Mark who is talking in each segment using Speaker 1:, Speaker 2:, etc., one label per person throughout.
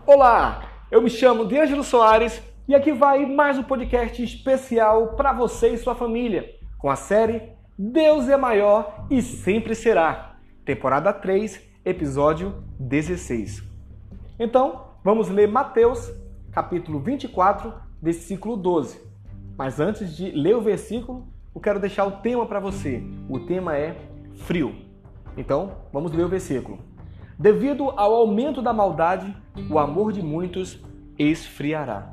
Speaker 1: Olá, eu me chamo D'Angelo Soares e aqui vai mais um podcast especial para você e sua família, com a série Deus é Maior e Sempre Será, temporada 3, episódio 16. Então, vamos ler Mateus, capítulo 24, versículo 12. Mas antes de ler o versículo, eu quero deixar o tema para você. O tema é frio. Então, vamos ler o versículo. Devido ao aumento da maldade, o amor de muitos esfriará.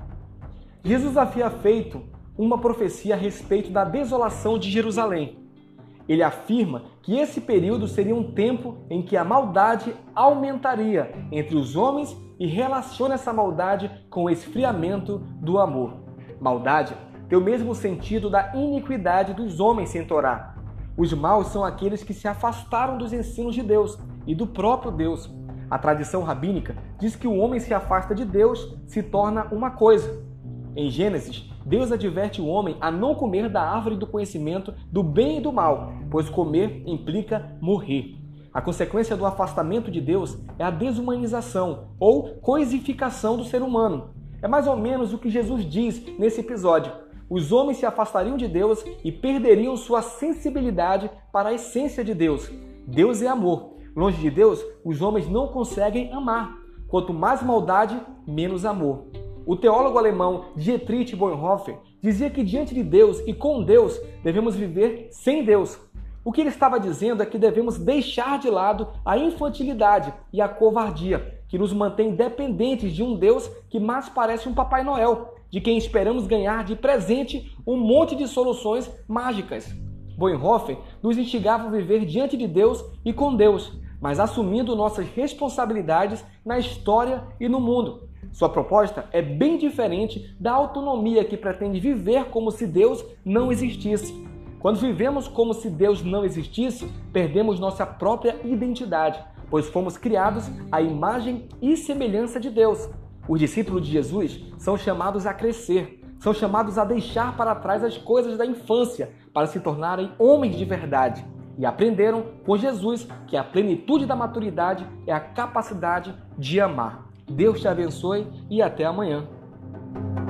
Speaker 1: Jesus havia feito uma profecia a respeito da desolação de Jerusalém. Ele afirma que esse período seria um tempo em que a maldade aumentaria entre os homens e relaciona essa maldade com o esfriamento do amor. Maldade tem o mesmo sentido da iniquidade dos homens sem Torá. Os maus são aqueles que se afastaram dos ensinos de Deus e do próprio Deus. A tradição rabínica diz que o homem se afasta de Deus, se torna uma coisa. Em Gênesis, Deus adverte o homem a não comer da árvore do conhecimento do bem e do mal, pois comer implica morrer. A consequência do afastamento de Deus é a desumanização ou coisificação do ser humano. É mais ou menos o que Jesus diz nesse episódio. Os homens se afastariam de Deus e perderiam sua sensibilidade para a essência de Deus. Deus é amor. Longe de Deus, os homens não conseguem amar. Quanto mais maldade, menos amor. O teólogo alemão Dietrich Bonhoeffer dizia que diante de Deus e com Deus devemos viver sem Deus. O que ele estava dizendo é que devemos deixar de lado a infantilidade e a covardia, que nos mantém dependentes de um Deus que mais parece um Papai Noel, de quem esperamos ganhar de presente um monte de soluções mágicas. Bonhoeffer nos instigava a viver diante de Deus e com Deus, mas assumindo nossas responsabilidades na história e no mundo. Sua proposta é bem diferente da autonomia que pretende viver como se Deus não existisse. Quando vivemos como se Deus não existisse, perdemos nossa própria identidade, pois fomos criados à imagem e semelhança de Deus. Os discípulos de Jesus são chamados a crescer, são chamados a deixar para trás as coisas da infância para se tornarem homens de verdade. E aprenderam com Jesus que a plenitude da maturidade é a capacidade de amar. Deus te abençoe e até amanhã.